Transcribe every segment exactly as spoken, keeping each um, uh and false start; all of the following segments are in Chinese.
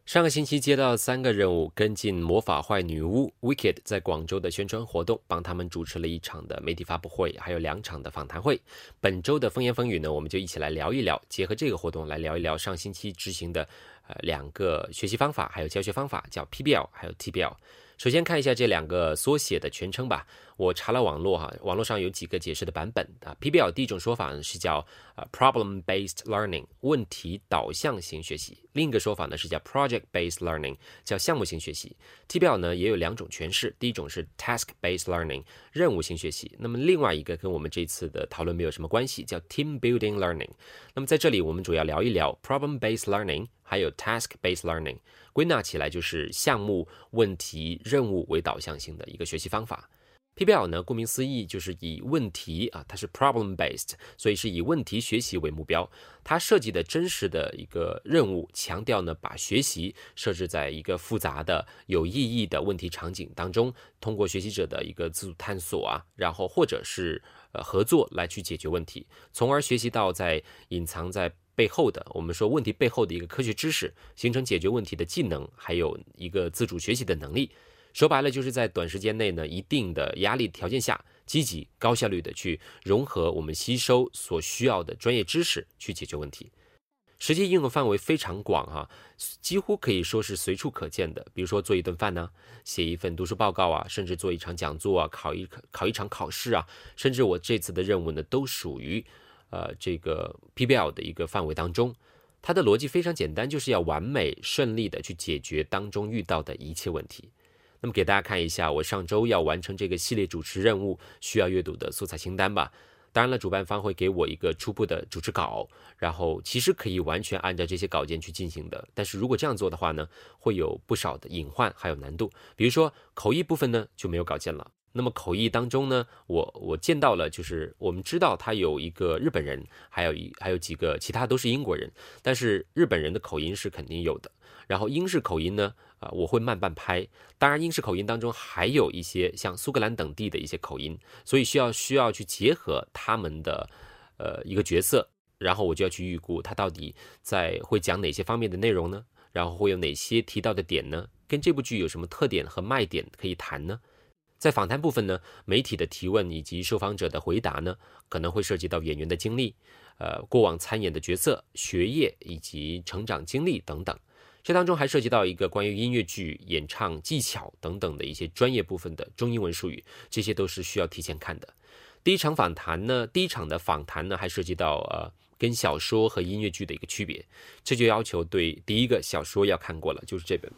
上个星期接到三个任务，跟进魔法坏女巫 Wicked 在广州的宣传活动，帮他们主持了一场的媒体发布会，还有两场的访谈会。本周的风言风语呢，我们就一起来聊一聊，结合这个活动来聊一聊上星期执行的呃两个学习方法，还有教学方法，叫 P B L 还有 T B L。首先看一下这两个缩写的全称吧。我查了网络哈，网络上有几个解释的版本啊。P B L 第一种说法呢是叫、呃、problem-based learning 问题导向型学习，另一个说法呢是叫 project-based learning 叫项目型学习。T B L 呢也有两种诠释，第一种是 task-based learning 任务型学习，那么另外一个跟我们这次的讨论没有什么关系，叫 team-building learning。那么在这里我们主要聊一聊 problem-based learning还有 task-based learning， 归纳起来就是项目、问题、任务为导向型的一个学习方法。P B L 呢，顾名思义就是以问题啊，它是 problem based， 所以是以问题学习为目标。它设计的真实的一个任务，强调呢把学习设置在一个复杂的、有意义的问题场景当中，通过学习者的一个自主探索啊，然后或者是呃合作来去解决问题，从而学习到在隐藏在背后的，我们说问题背后的一个科学知识，形成解决问题的技能，还有一个自主学习的能力。说白了就是在短时间内呢，一定的压力条件下，积极高效率的去融合我们吸收所需要的专业知识去解决问题。实际应用范围非常广哈、啊，几乎可以说是随处可见的。比如说做一顿饭呢，写一份读书报告啊，甚至做一场讲座啊，考一考一场考试啊，甚至我这次的任务呢，都属于呃这个 P B L 的一个范围当中。它的逻辑非常简单，就是要完美顺利的去解决当中遇到的一切问题。那么给大家看一下我上周要完成这个系列主持任务需要阅读的素材清单吧。当然了，主办方会给我一个初步的主持稿，然后其实可以完全按照这些稿件去进行的，但是如果这样做的话呢，会有不少的隐患还有难度。比如说口译部分呢就没有稿件了。那么口译当中呢，我我见到了，就是我们知道他有一个日本人，还有一还有几个其他都是英国人，但是日本人的口音是肯定有的。然后英式口音呢，啊、呃，我会慢半拍。当然，英式口音当中还有一些像苏格兰等地的一些口音，所以需要需要去结合他们的呃一个角色，然后我就要去预估他到底在会讲哪些方面的内容呢？然后会有哪些提到的点呢？跟这部剧有什么特点和卖点可以谈呢？在访谈部分呢，媒体的提问以及受访者的回答呢，可能会涉及到演员的经历，呃，过往参演的角色、学业以及成长经历等等。这当中还涉及到一个关于音乐剧、演唱技巧等等的一些专业部分的中英文术语，这些都是需要提前看的。第一场访谈呢，第一场的访谈呢，还涉及到呃跟小说和音乐剧的一个区别，这就要求对第一个小说要看过了，就是这本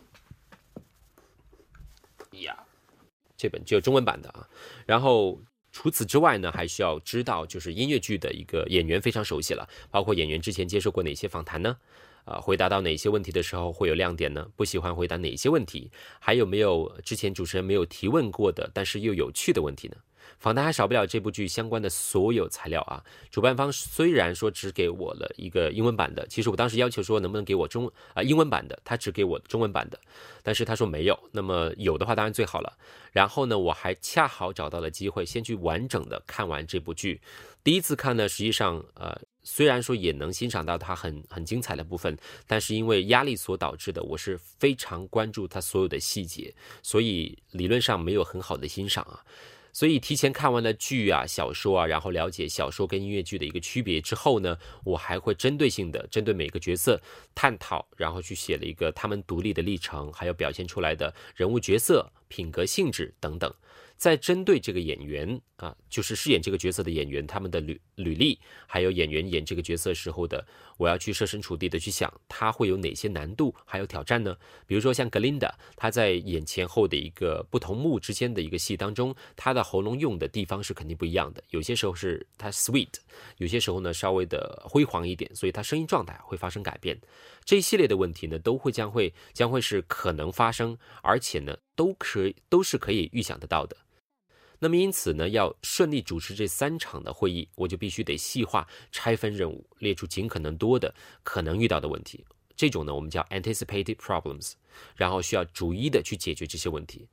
呀。这本只有中文版的啊，然后除此之外呢，还需要知道就是音乐剧的一个演员非常熟悉了，包括演员之前接受过哪些访谈呢？呃，回答到哪些问题的时候会有亮点呢？不喜欢回答哪些问题？还有没有之前主持人没有提问过的，但是又有趣的问题呢？访谈还少不了这部剧相关的所有材料啊。主办方虽然说只给我了一个英文版的，其实我当时要求说能不能给我中啊、呃、英文版的，他只给我中文版的，但是他说没有。那么有的话当然最好了。然后呢，我还恰好找到了机会，先去完整的看完这部剧。第一次看呢，实际上呃虽然说也能欣赏到它很很精彩的部分，但是因为压力所导致的，我是非常关注它所有的细节，所以理论上没有很好的欣赏啊。所以提前看完了剧啊、小说啊，然后了解小说跟音乐剧的一个区别之后呢，我还会针对性的针对每个角色探讨，然后去写了一个他们独立的历程，还有表现出来的人物角色、品格、性质等等。再针对这个演员啊，就是饰演这个角色的演员，他们的履履历，还有演员演这个角色时候的，我要去设身处地的去想，他会有哪些难度，还有挑战呢？比如说像格琳达，她在演前后的一个不同幕之间的一个戏当中，她的喉咙用的地方是肯定不一样的，有些时候是她 sweet， 有些时候呢稍微的辉煌一点，所以她声音状态会发生改变。这一系列的问题呢，都会将会将会是可能发生，而且呢，都可以都是可以预想得到的。那么因此呢，要顺利主持这三场的会议，我就必须得细化拆分任务，列出尽可能多的可能遇到的问题。这种呢，我们叫 anticipated problems， 然后需要逐一的去解决这些问题。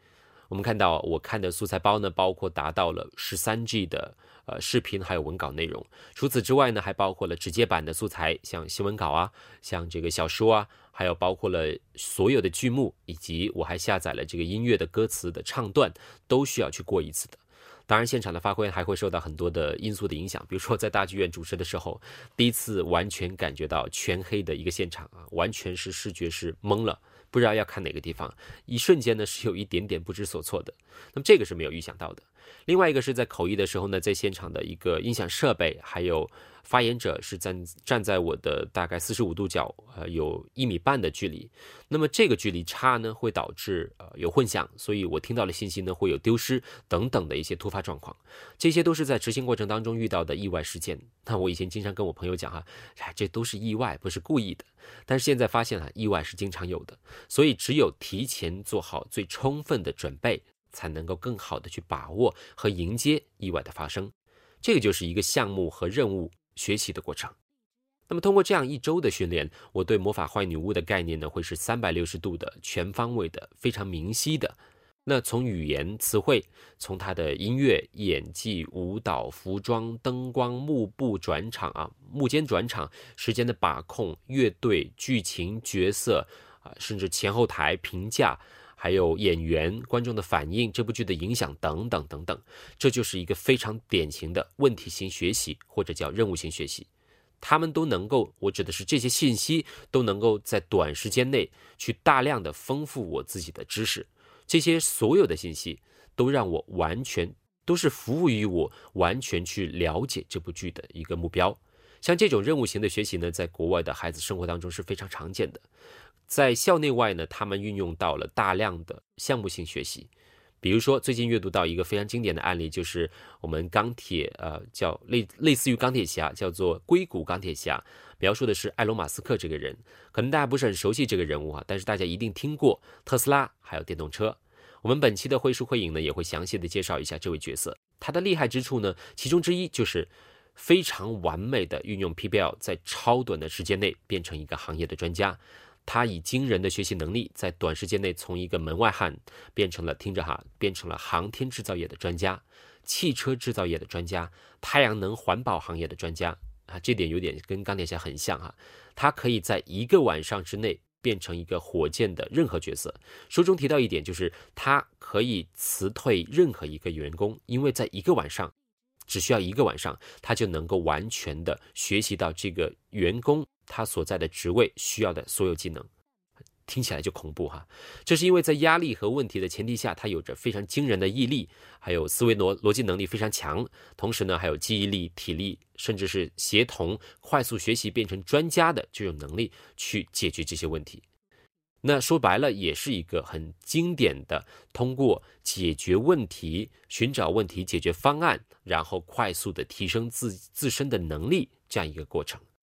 我们看到我看的素材包呢，包括达到了 十三 G 的呃视频还有文稿内容。除此之外呢，还包括了直接版的素材，像新闻稿啊，像这个小说啊，还有包括了所有的剧目，以及我还下载了这个音乐的歌词的唱段，都需要去过一次的。当然现场的发挥还会受到很多的因素的影响，比如说在大剧院主持的时候，第一次完全感觉到全黑的一个现场啊，完全是视觉是懵了，不知道要看哪个地方，一瞬间呢是有一点点不知所措的。那么这个是没有预想到的。另外一个是在口译的时候呢，在现场的一个音响设备还有发言者是站站在我的大概四十五度角，呃，有一米半的距离。那么这个距离差呢，会导致呃有混响，所以我听到的信息呢会有丢失等等的一些突发状况。这些都是在执行过程当中遇到的意外事件。那我以前经常跟我朋友讲哈，哎，这都是意外，不是故意的。但是现在发现啊，意外是经常有的，所以只有提前做好最充分的准备，才能够更好的去把握和迎接意外的发生。这个就是一个项目和任务学习的过程。那么通过这样一周的训练，我对魔法坏女巫的概念呢，会是三百六十度的、全方位的、非常明晰的。那从语言词汇，从它的音乐、演技、舞蹈、服装、灯光、幕布转场啊，幕间转场、时间的把控、乐队、剧情、角色啊，甚至前后台评价，还有演员、观众的反应、这部剧的影响等等等等，这就是一个非常典型的问题型学习，或者叫任务型学习。他们都能够，我指的是这些信息都能够在短时间内去大量的丰富我自己的知识。这些所有的信息都让我完全都是服务于我完全去了解这部剧的一个目标。像这种任务型的学习呢，在国外的孩子生活当中是非常常见的。在校内外呢，他们运用到了大量的项目性学习。比如说最近阅读到一个非常经典的案例，就是我们钢铁呃叫类类似于钢铁侠，叫做硅谷钢铁侠，描述的是埃隆马斯克这个人。可能大家不是很熟悉这个人物啊，但是大家一定听过特斯拉还有电动车。我们本期的绘书会影呢，也会详细的介绍一下这位角色。他的厉害之处呢，其中之一就是非常完美的运用 P B L， 在超短的时间内变成一个行业的专家。他以惊人的学习能力，在短时间内从一个门外汉变成了，听着哈，变成了航天制造业的专家、汽车制造业的专家、太阳能环保行业的专家啊，这点有点跟钢铁侠很像哈。他可以在一个晚上之内变成一个火箭的任何角色。书中提到一点，就是他可以辞退任何一个员工，因为在一个晚上，只需要一个晚上，他就能够完全的学习到这个员工他所在的职位需要的所有技能。听起来就恐怖哈，这是因为在压力和问题的前提下，他有着非常惊人的毅力，还有思维逻逻辑能力非常强，同时呢还有记忆力、体力，甚至是协同、快速学习变成专家的这种能力去解决这些问题。那说白了，也是一个很经典的通过解决问题、寻找问题解决方案，然后快速的提升自自身的能力这样一个过程。